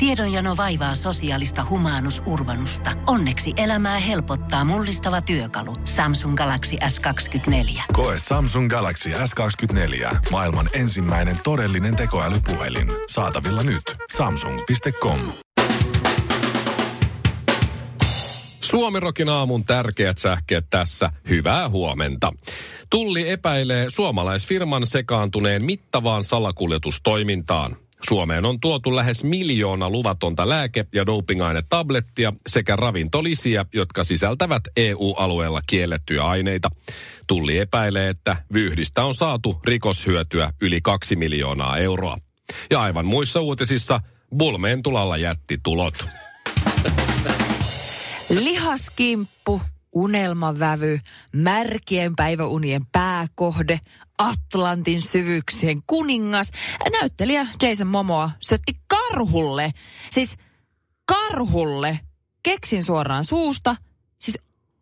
Tiedonjano vaivaa sosiaalista humanus urbanusta. Onneksi elämää helpottaa mullistava työkalu. Samsung Galaxy S24. Koe Samsung Galaxy S24. Maailman ensimmäinen todellinen tekoälypuhelin. Saatavilla nyt. Samsung.com. Suomirokin aamun tärkeät sähkeet tässä. Hyvää huomenta. Tulli epäilee suomalaisfirman sekaantuneen mittavaan salakuljetustoimintaan. Suomeen on tuotu lähes 1 miljoona luvatonta lääke- ja dopingainetablettia sekä ravintolisiä, jotka sisältävät EU-alueella kiellettyjä aineita. Tulli epäilee, että vyyhdistä on saatu rikoshyötyä yli 2 miljoonaa euroa. Ja aivan muissa uutisissa Bulmeen tulalla jättitulot. Lihaskimppu, unelmavävy, märkien päiväunien pääkohde, Atlantin syvyyksien kuningas. Näyttelijä Jason Momoa syötti karhulle. Siis karhulle. Keksin suoraan suusta. Siis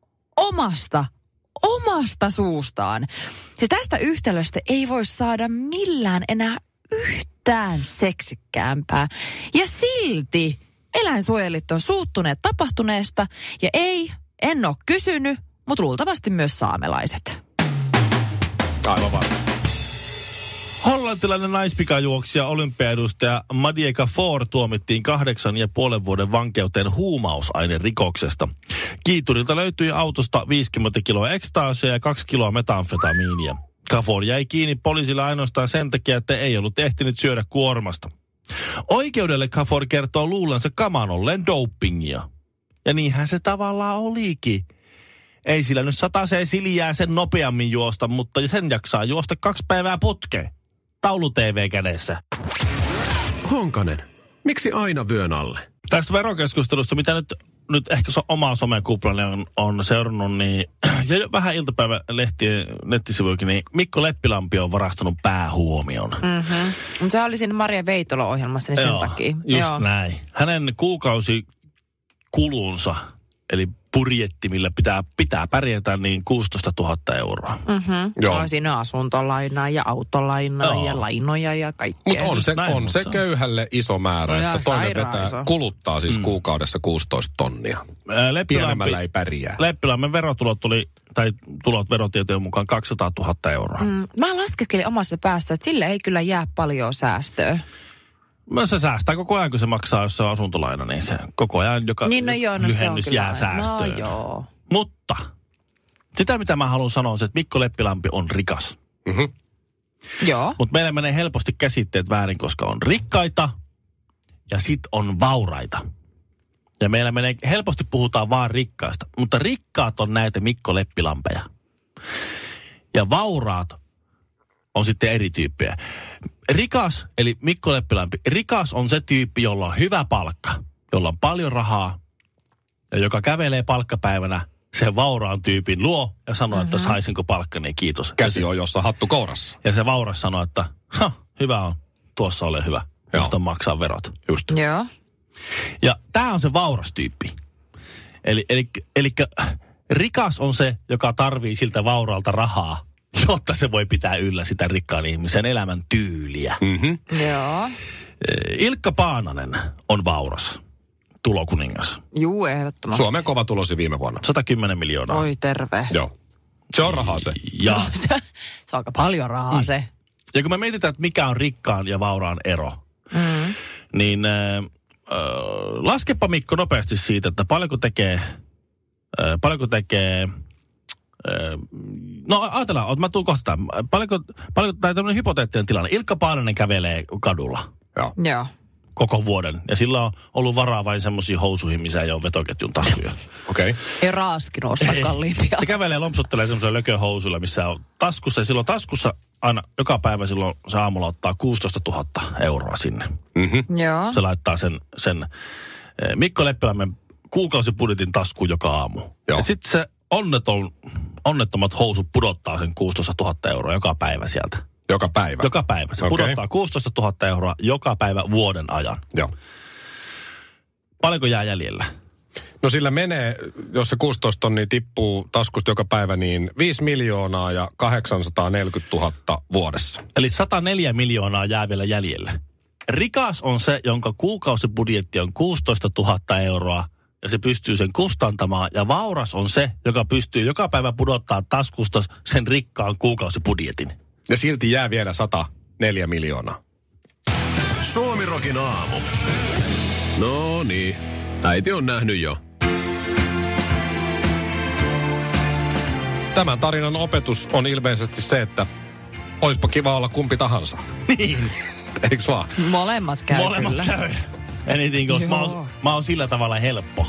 omasta suustaan. Siis tästä yhtälöstä ei voi saada millään enää yhtään seksikkäämpää. Ja silti eläinsuojelit on suuttuneet tapahtuneesta. Ja en ole kysynyt, mutta luultavasti myös saamelaiset. Aivan varma. Hollantilainen naispikajuoksija olympiaedustaja Madieh Kaffour tuomittiin 8,5 vuoden vankeuteen huumausainerikoksesta. Kiiturilta löytyi autosta 50 kiloa ekstaasia ja 2 kiloa metamfetamiinia. Kaffour jäi kiinni poliisille ainoastaan sen takia, että ei ollut ehtinyt syödä kuormasta. Oikeudelle Kaffour kertoo luulensa kaman olleen dopingia. Ja niinhän se tavallaan olikin. Ei sillä nyt 100 siljää sen nopeammin juosta, mutta sen jaksaa juosta 2 päivää putkeen. Taulu-TV kädessä. Honkanen, miksi aina vyön alle? Tästä verokeskustelusta, mitä nyt ehkä omaa somekuplani on seurannut, niin, ja vähän iltapäivälehtien nettisivuikin, niin Mikko Leppilampi on varastanut päähuomion. Mm-hmm. Mutta se oli siinä Maria Veitola-ohjelmassa, niin sen takia. Just näin. Hänen kuukausikulunsa, eli budjetti, millä pitää pärjätä, niin 16 000 euroa. Mm-hmm. Joo. Siinä on asuntolainaa ja autolainaa ja lainoja ja kaikkea. Mutta on se köyhälle iso määrä, että toinen kuluttaa siis kuukaudessa 16 tonnia. Pienemmällä ei pärjää. Leppilammen tulot verotietojen mukaan 200 000 euroa. Mä laskeskelin omassa päässä, että sille ei kyllä jää paljon säästöä. Se säästää koko ajan, kun se maksaa, jos se on asuntolaina, niin se koko ajan joka lyhennys jää säästöön. No joo. Mutta sitä, mitä mä haluan sanoa, on se, että Mikko Leppilampi on rikas. Mm-hmm. Joo. Mutta meillä menee helposti käsitteet väärin, koska on rikkaita ja sit on vauraita. Ja meillä helposti puhutaan vaan rikkaista, mutta rikkaat on näitä Mikko Leppilampeja. Ja vauraat on sitten eri tyyppejä. Rikas, eli Mikko Leppilampi, rikas on se tyyppi, jolla on hyvä palkka, jolla on paljon rahaa ja joka kävelee palkkapäivänä sen vauraan tyypin luo ja sanoo, että saisinko palkkani, kiitos. Käsi on jossa hattu kourassa. Ja se vauras sanoo, että hyvä on, tuossa ole hyvä, josta maksaa verot. Just. Joo. Ja tämä on se vauras tyyppi. Eli rikas on se, joka tarvii siltä vauraalta rahaa, jotta se voi pitää yllä sitä rikkaan ihmisen elämän tyyliä. Mm-hmm. Joo. Ilkka Paananen on vauras tulokuningas. Juu, ehdottomasti. Suomen kova tulosi viime vuonna. 110 miljoonaa. Oi terve. Joo. Se on rahaa se. Ja. Se on aika paljon rahaa se. Ja kun me mietitään, että mikä on rikkaan ja vauraan ero, niin laskepa Mikko nopeasti siitä, että paljonko tekee no ajatellaan, mä tuun kohta. Paljonko tai tämmöinen hypoteettinen tilanne. Ilkka Paananen kävelee kadulla. Joo. Koko vuoden. Ja sillä on ollut varaa vain semmoisiin housuihin, missä ei ole vetoketjun taskuja. Okei. Ei raaskin ostaa kalliimpia. Se kävelee lompsuttelee semmoisella lököhousuilla, missä on taskussa. Ja silloin taskussa aina joka päivä silloin se aamulla ottaa 16 000 euroa sinne. Mm-hmm. Joo. Se laittaa sen Mikko Leppilammen kuukausibudjetin taskuun joka aamu. Joo. Ja sitten se onnettomat housut pudottaa sen 16 000 euroa joka päivä sieltä. Joka päivä? Joka päivä. Se pudottaa 16 000 euroa joka päivä vuoden ajan. Joo. Paljonko jää jäljellä? No sillä menee, jos se 16 tonnia tippuu taskusta joka päivä, niin 5 miljoonaa ja 840 000 vuodessa. Eli 104 miljoonaa jää vielä jäljelle. rikas on se, jonka kuukausibudjetti on 16 000 euroa ja se pystyy sen kustantamaan. Ja vauras on se, joka pystyy joka päivä pudottaa taskusta sen rikkaan kuukausibudjetin. Ja silti jää vielä 104 miljoonaa. Suomirokin aamu. No niin, äiti on nähnyt jo. Tämän tarinan opetus on ilmeisesti se, että oispa kiva olla kumpi tahansa. Niin. Eiks vaan? Molemmat käy kyllä. Käy. Mä oon sillä tavalla helppo.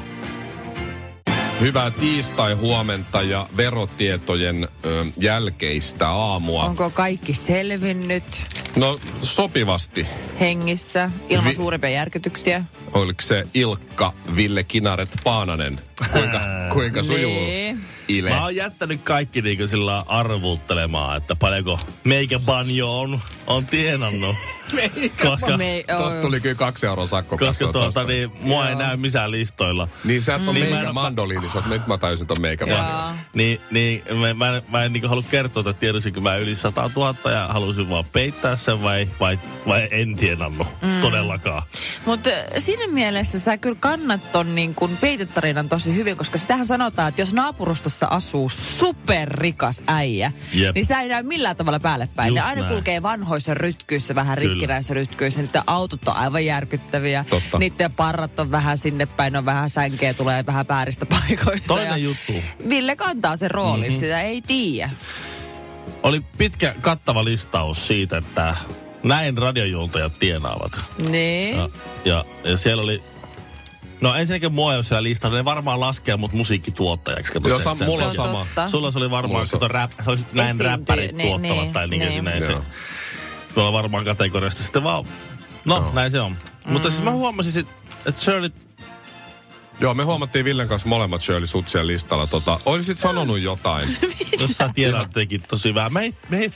Hyvää tiistai-huomenta ja verotietojen jälkeistä aamua. Onko kaikki selvinnyt? No sopivasti. Hengissä, ilman suurempia järkytyksiä. Oliko se Ilkka Ville Kinaret Paananen? Kuinka sujuu? Ile. Mä oon jättänyt kaikki niinku sillä arvuuttelemaan, että paljonko meikä banjo on tienannut. Koska tosta tuli kyllä 2 € sakko. Koska mua ei näy missään listoilla. Niin sä et ole meikä mandoliini, nyt mä tajusin ton meikä mandoliini. Niin mä en niinku halua kertoa, että tiedosinko mä yli 100 000 ja halusin vaan peittää sen vai en tienannut todellakaan. Mutta siinä mielessä sä kyllä kannat ton niin kuin peitetarinan tosi hyvin, koska sitähän sanotaan, että jos naapurustossa asuu superrikas äijä, niin sitä ei näy millään tavalla päälle päin. Ne aina kulkee vanhoissa rytkyissä, vähän rikkinäissä rytkyissä. Niiden autot on aivan järkyttäviä. Totta. Niiden parrat on vähän sinne päin, on vähän sänkeä, tulee vähän vääristä paikoista. Toinen juttu. Ville kantaa sen roolin, sitä ei tiedä. Oli pitkä kattava listaus siitä, että näin radiojuontajat tienaavat. Niin. Ja siellä oli... No ensinnäkin mua ei ole siellä listalla. Ne varmaan laskee mut musiikkituottajaksi. Joo, mulla on sama. Sulla se oli varmaan, kun sä olisit näin räppärit tuottavat tai näin se. Tuolla on varmaan kategoriasta sitten vaan... No, näin se on. Mutta siis mä huomasin, että Shirley... Joo, me huomattiin Villen kanssa molemmat Shirley sut siellä listalla. Olisit sanonut jotain. Jos sä tiedät tekin tosi vähän. Me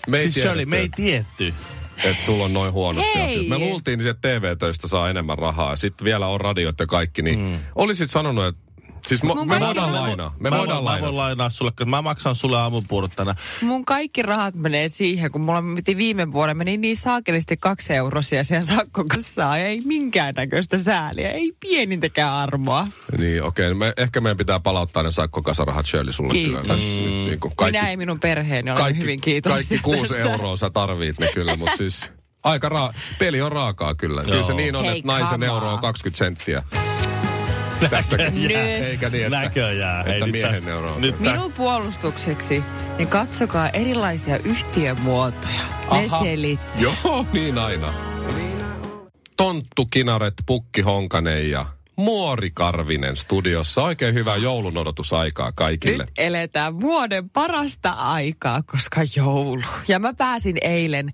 ei tietty. Että sulla on noin huonosti asiat. Me luultiin, että TV-töistä saa enemmän rahaa. Ja sitten vielä on radiot ja kaikki. Niin olisit sanonut, että... Siis me voidaan lainaa. Me voin lainaa sulle, koska mä maksan sulle aamupuurot tänään. Mun kaikki rahat menee siihen, kun mulla piti viime vuonna, meni niin saakelisti 2 eurosia siihen sakkokassaan. Ei minkäännäköistä sääliä, ei pienintäkään armoa. Niin, okei. Ehkä meidän pitää palauttaa ne sakkokasarahat Shirley sulle. Kiitos. Kyllä. Niin minä ja minun perheeni olen hyvin kiitollisia. Kaikki 6 euroa sä tarvit ne kyllä, mutta siis... Peli on raakaa kyllä. Joo. Kyllä se niin on, että naisen euro on 20 senttiä. Tässäkin. Eikä niin, että miehen euro on. Minun puolustukseksi, niin katsokaa erilaisia yhtiömuotoja. Ne selittää. Joo, niin aina. Tonttu Kinaret, Pukki Honkanen ja Muori Karvinen studiossa. Oikein hyvää joulun odotusaikaa kaikille. Nyt eletään vuoden parasta aikaa, koska joulu. Ja mä pääsin eilen,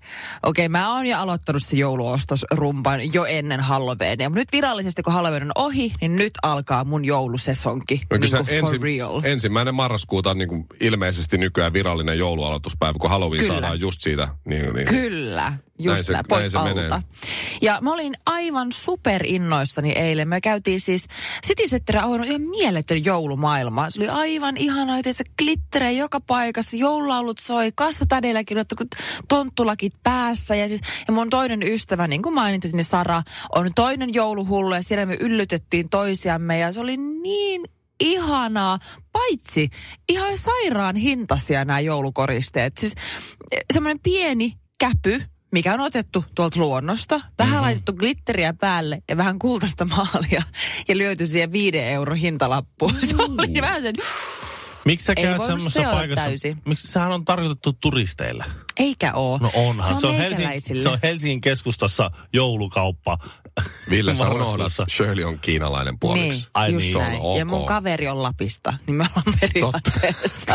mä oon jo aloittanut se jouluostosrumpan jo ennen Halloweenia. Mutta nyt virallisesti, kun Halloween on ohi, niin nyt alkaa mun joulusesonki. Niin for real. 1. marraskuuta on niin kuin ilmeisesti nykyään virallinen joulualoituspäivä, kun Halloween saadaan just siitä. Niin. Kyllä. Just näin pois alta. Ja mä olin aivan superinnoissani eilen. Me käytiin siis City Center on ihan mieletön joulumaailma. Se oli aivan ihanaa, että se glitterejä joka paikassa. Joululaulut soi, kassatädeilläkin tonttulakit päässä. Ja mun toinen ystävä, niin kuin mainitsin, niin Sara, on toinen jouluhullu. Ja siellä me yllytettiin toisiamme ja se oli niin ihanaa, paitsi ihan sairaan hintaisia nämä joulukoristeet. Siis semmoinen pieni käpy, mikä on otettu tuolta luonnosta, vähän laitettu glitteriä päälle ja vähän kultaista maalia ja lyöty siihen 5 € hintalappuun. Se oli vähän sen... Miksi sä käyt semmoisessa paikassa? Miksi sehän on tarkoitettu turisteille? Eikä oo. No onhan. Se on Helsingin keskustassa joulukauppa. Ville, sä unohdat, Shirley on kiinalainen puoliksi. Niin, just näin. Okay. Ja mun kaveri on Lapista, niin me ollaan periaatteessa.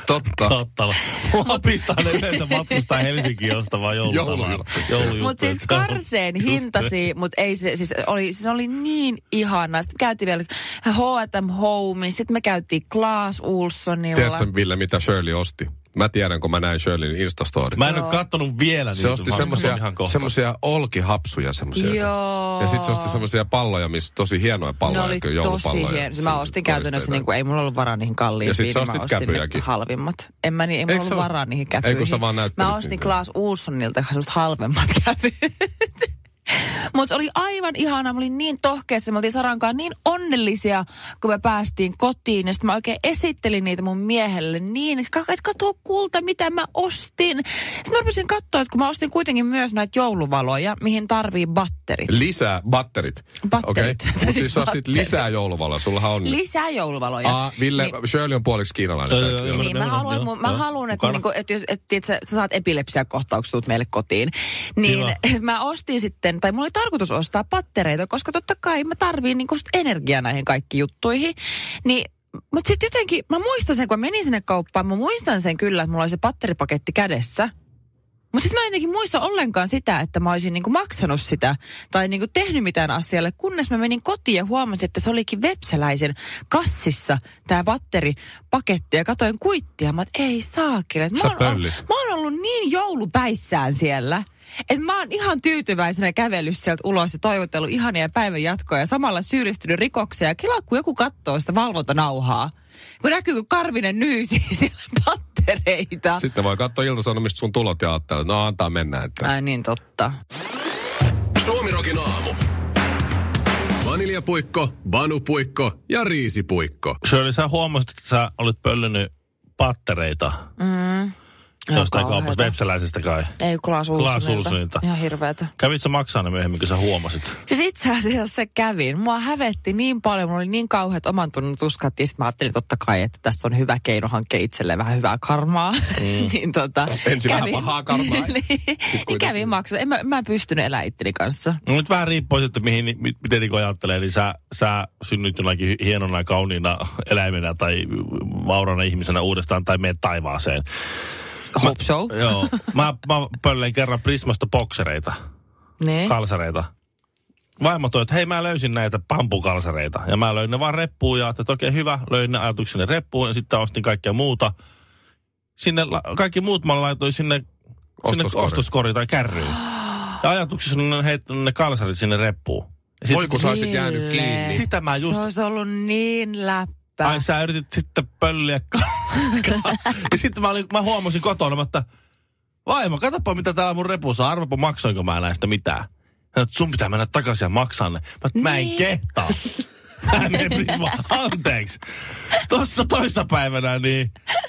Totta. Lapista ne yleensä matkustaa Helsinkiin ostamaan joulujuttuja. Mutta siis karseen hintasi, mutta ei se, siis oli niin ihanaa. Sitten käytiin vielä H&M Home, sitten me käytiin Clas Ohlsonilla. Tiedätkö, Ville, mitä Shirley osti? Mä tiedän, kun mä näin Shirleyn Instastory. Mä en ole kattonut vielä niitä. Se osti semmosia olkihapsuja semmosia. Joo. Ja sit se osti semmosia palloja, missä tosi hienoja palloja. Ne oli tosi hienoja. Mä ostin käytännössä niin kuin ei mulla ollut varaa niihin kalliimpiin. Ja sit sä ostit käpyjäkin. Halvimmat. Ei mulla ollut varaa niihin käpyihin. Ei kun sä vaan näyttelit. Mä ostin Clas Ohlsonilta semmoset halvemmat käpyt. Mutta se oli aivan ihanaa. Mä olin niin tohkeassa. Me oltiin Sarankaan niin onnellisia, kun me päästiin kotiin. Ja sitten mä oikein esittelin niitä mun miehelle niin, että kato kulta, mitä mä ostin. Sitten mä rupesin katsoa, että kun mä ostin kuitenkin myös näitä jouluvaloja, mihin tarvii batterit. Lisää batterit. Batterit. Okay. Mutta siis ostit lisää jouluvaloja. Sullahan on... Lisää jouluvaloja. Ville, niin, Shirley on puoliksi kiinalainen. Niin, mä haluan, että sä saat epilepsiakohtauksia, tulet meille kotiin. Niin mä ostin sitten, tai mulla oli tarkoitus ostaa pattereita, koska totta kai mä tarviin niinku energiaa näihin kaikkiin juttuihin. Niin, mutta sitten jotenkin, mä muistan sen, kun mä menin sinne kauppaan, mä muistan sen kyllä, että mulla oli se patteripaketti kädessä. Mutta sitten mä en jotenkin muista ollenkaan sitä, että mä olisin niinku maksanut sitä tai niinku tehnyt mitään asialle, kunnes mä menin kotiin ja huomasin, että se olikin Vepsäläisen kassissa tämä batteripaketti ja katsoin kuittia. Mä oon, ei saakeli. Mä oon ollut niin joulupäissään siellä, että mä oon ihan tyytyväisenä kävellyt sieltä ulos ja toivotellut ihania päivän jatkoa ja samalla syyllistynyt rikokseen. Ja kelaa, kun joku katsoo sitä valvontanauhaa, kun näkyy, kun Karvinen nyysi siellä pattereita. Sitten voi katsoa Ilta-Sanomista sun tulot ja ajatella, no antaa mennä. Että... Ai niin, totta. Suomirokin aamu. Vaniljapuikko, Banupuikko ja riisipuikko. Shirley, sä huomasit, että sä olit pöllynyt pattereita. Jostain kaupasta, Vepsäläisestä kai. Ei, Klaas Ulssonilta. Ihan hirveetä. Kävit sä maksaa ne myöhemmin, kun sä huomasit? Siis itse asiassa se kävin. Mua hävetti niin paljon, mulla oli niin kauheat oman tunnon tuskat. Ja sitten mä ajattelin totta kai, että tässä on hyvä keino hankkia itselleen vähän hyvää karmaa. niin ensin vähän pahaa karmaa. niin kävin maksaa. Mä en pystynyt elämään itteni kanssa. No nyt vähän riippuu sitten, miten Niko ajattelee. Eli sä synnyt jonakin hienona, kauniina eläimenä tai vaurana ihmisenä uudestaan tai menet taivaaseen. Hope so. Joo. Mä pölleen kerran Prismasta boksereita. Ne? Kalsareita. Vaimo toi, että hei, mä löysin näitä pampukalsareita. Ja mä löin ne vaan reppuun ja että okei, hyvä. Löin ne ajatukseni reppuun ja sitten ostin kaikkea muuta. Kaikki muut mä laitoin sinne ostoskori tai kärryyn. Ja ajatuksessa on heittänyt ne kalsarit sinne reppuun. Voi kun sä olisit jäänyt kiinni. Sitä mä just... Se olisi ollut niin läppä. Ai sä yritit sitten pölliä ja sitten mä huomasin kotona, että vaimo, katsoppa mitä täällä mun repussa. Arvapa maksoinko mä näistä mitään. Sun pitää mennä takaisin ja maksaa ne. Mä en kehtaa. Anteeksi. Tossa toissapäivänä niin...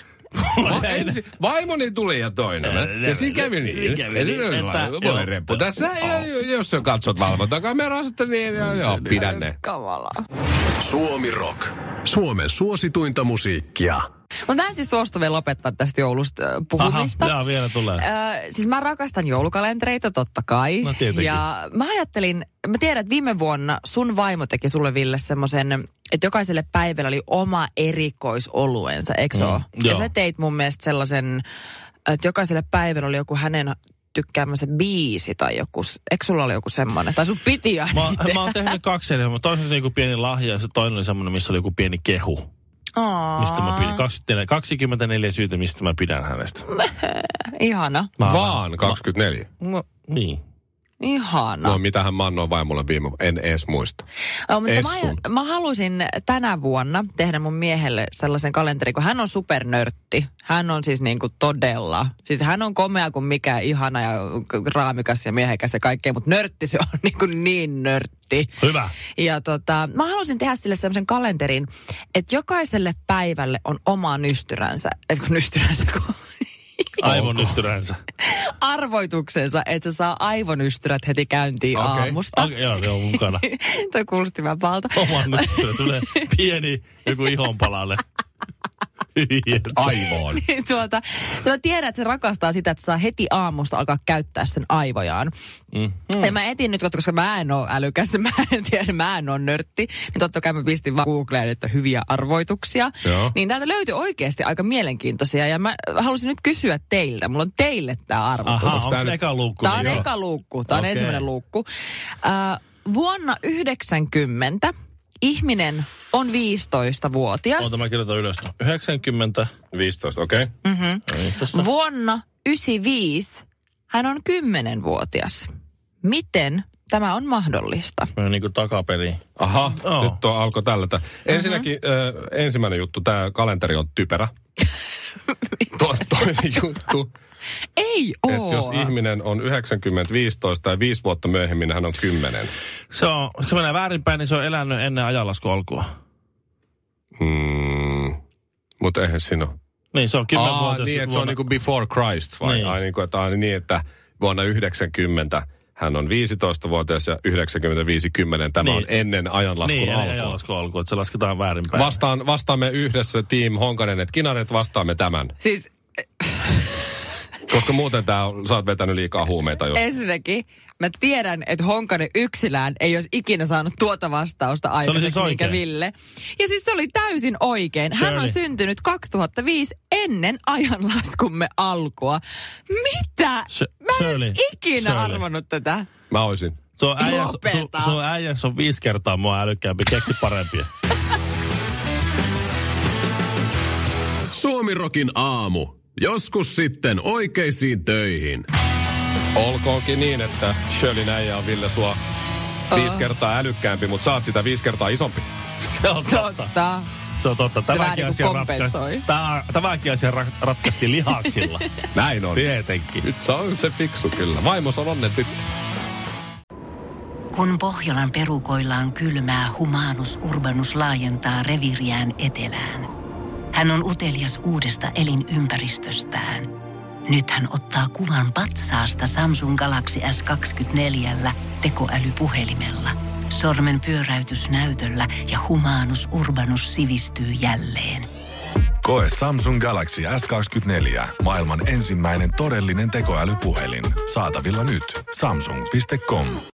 Vaimoni tuli ja toinen. Ja siinä kävi niin. Voi reppu. Tässä, jos sä katsot valvontakameraa sitten, niin joo, pidän ne. Kavalaa. Suomi Rock. Suomen suosituinta musiikkia. Mutta mä en siis suostu vielä lopettaa tästä joulusta puhumista. Aha, vielä tulee. Siis mä rakastan joulukalentereita totta kai. No tietenkin. Ja mä ajattelin, mä tiedän, että viime vuonna sun vaimo teki sulle, Ville, semmoisen, että jokaiselle päivällä oli oma erikoisoluensa, eikö se ole? Ja sä teit mun mielestä sellaisen, että jokaiselle päivällä oli joku hänen tykkäämänsä biisi tai joku, eikö sulla oli joku semmoinen? Tai sun piti aina mä oon tehnyt 2 eri, mutta toisessa oli joku pieni lahja ja se toinen oli semmoinen, missä oli joku pieni kehu. Mistä mä pidän. 24 syytä, mistä mä pidän hänestä. Ihana. Vaan 24? No, niin. Ihana. No, mitähän mä annoin vaimolle en edes muista. Mä halusin tänä vuonna tehdä mun miehelle sellaisen kalenterin, kun hän on supernörtti. Hän on siis niinku todella, siis hän on komea kuin mikä, ihana ja raamikas ja miehekäs ja kaikkea, mutta nörtti se on niinku niin nörtti. Hyvä. Ja mä halusin tehdä sille sellaisen kalenterin, että jokaiselle päivälle on oma nystyränsä, aivonystyränsä. Arvoituksensa, että se saa aivonystyrät heti käyntiin aamusta. Joo, mukana. Toi kuulosti vähän pahalta. Oma nystyrä, tulee pieni joku ihonpalalle. Aivoon. Sä tiedät, että se rakastaa sitä, että saa heti aamusta alkaa käyttää sen aivojaan. Ja mä etin nyt, koska mä en ole älykäs, mä en ole nörtti, niin totta kai mä pistin vaan Googleen, että hyviä arvoituksia. Joo. Niin täältä löytyi oikeasti aika mielenkiintoisia ja mä halusin nyt kysyä teiltä. Mulla on teille tää arvotus. Aha, onko se eka luukku? Tää on eka luukku, tää on ensimmäinen luukku. Vuonna 1990 ihminen on 15-vuotias. Oota, mä kirjoitan ylös. 90. 15, okei. Okay. Mm-hmm. Vuonna 95 hän on 10-vuotias. Miten tämä on mahdollista? Niin kuin takaperiin. Aha, nyt alkoi tällä. Ensinnäkin ensimmäinen juttu, tämä kalenteri on typerä. Toinen juttu. Ei oo. Että jos ihminen on 90-15 tai 5 vuotta myöhemmin, hän on 10. Se menee väärinpäin, niin se on elänyt ennen ajanlaskun alkua. Mutta eihän siinä ole. Niin, se on 10-vuotias. Niin, että se on niin kuin before Christ vai? Niin. Ai niin, että vuonna 90 hän on 15-vuotias ja 90-50. Tämä on ennen ajanlaskun alkua. Niin, ajanlaskun alkua, että se lasketaan väärinpäin. Vastaamme yhdessä Team Honkanen, että Kinaret vastaamme tämän. Siis... Koska muuten sä oot vetänyt liikaa huumeita jos. Ensinnäkin, mä tiedän, että Honkanen yksilään ei olisi ikinä saanut tuota vastausta aikaiseksi, siis minkä Ville. Ja siis se oli täysin oikein. Hän on syntynyt 2005 ennen ajanlaskumme alkua. Mitä? Mä en ikinä arvannut tätä. Mä oisin. Sun äijäs on 5 kertaa mua älykkäämpi, keksi parempia. Suomirokin aamu. Joskus sitten oikeisiin töihin. Olkoonkin niin, että Shirley äijä on Ville sua 5 kertaa älykkäämpi, mutta saat sitä 5 kertaa isompi. Se on totta. Se on totta. Tämäkin asia ratkaistiin lihaksilla. Näin on. Tietenkin. Nyt se on se fiksu kyllä. Vaimos on onnen tyttö. Kun Pohjolan perukoillaan kylmää, Humanus Urbanus laajentaa reviiriään etelään. Hän on utelias uudesta elinympäristöstään. Nyt hän ottaa kuvan patsaasta Samsung Galaxy S24 tekoälypuhelimella. Sormen pyöräytys näytöllä ja Humanus Urbanus sivistyy jälleen. Koe Samsung Galaxy S24. Maailman ensimmäinen todellinen tekoälypuhelin. Saatavilla nyt. Samsung.com.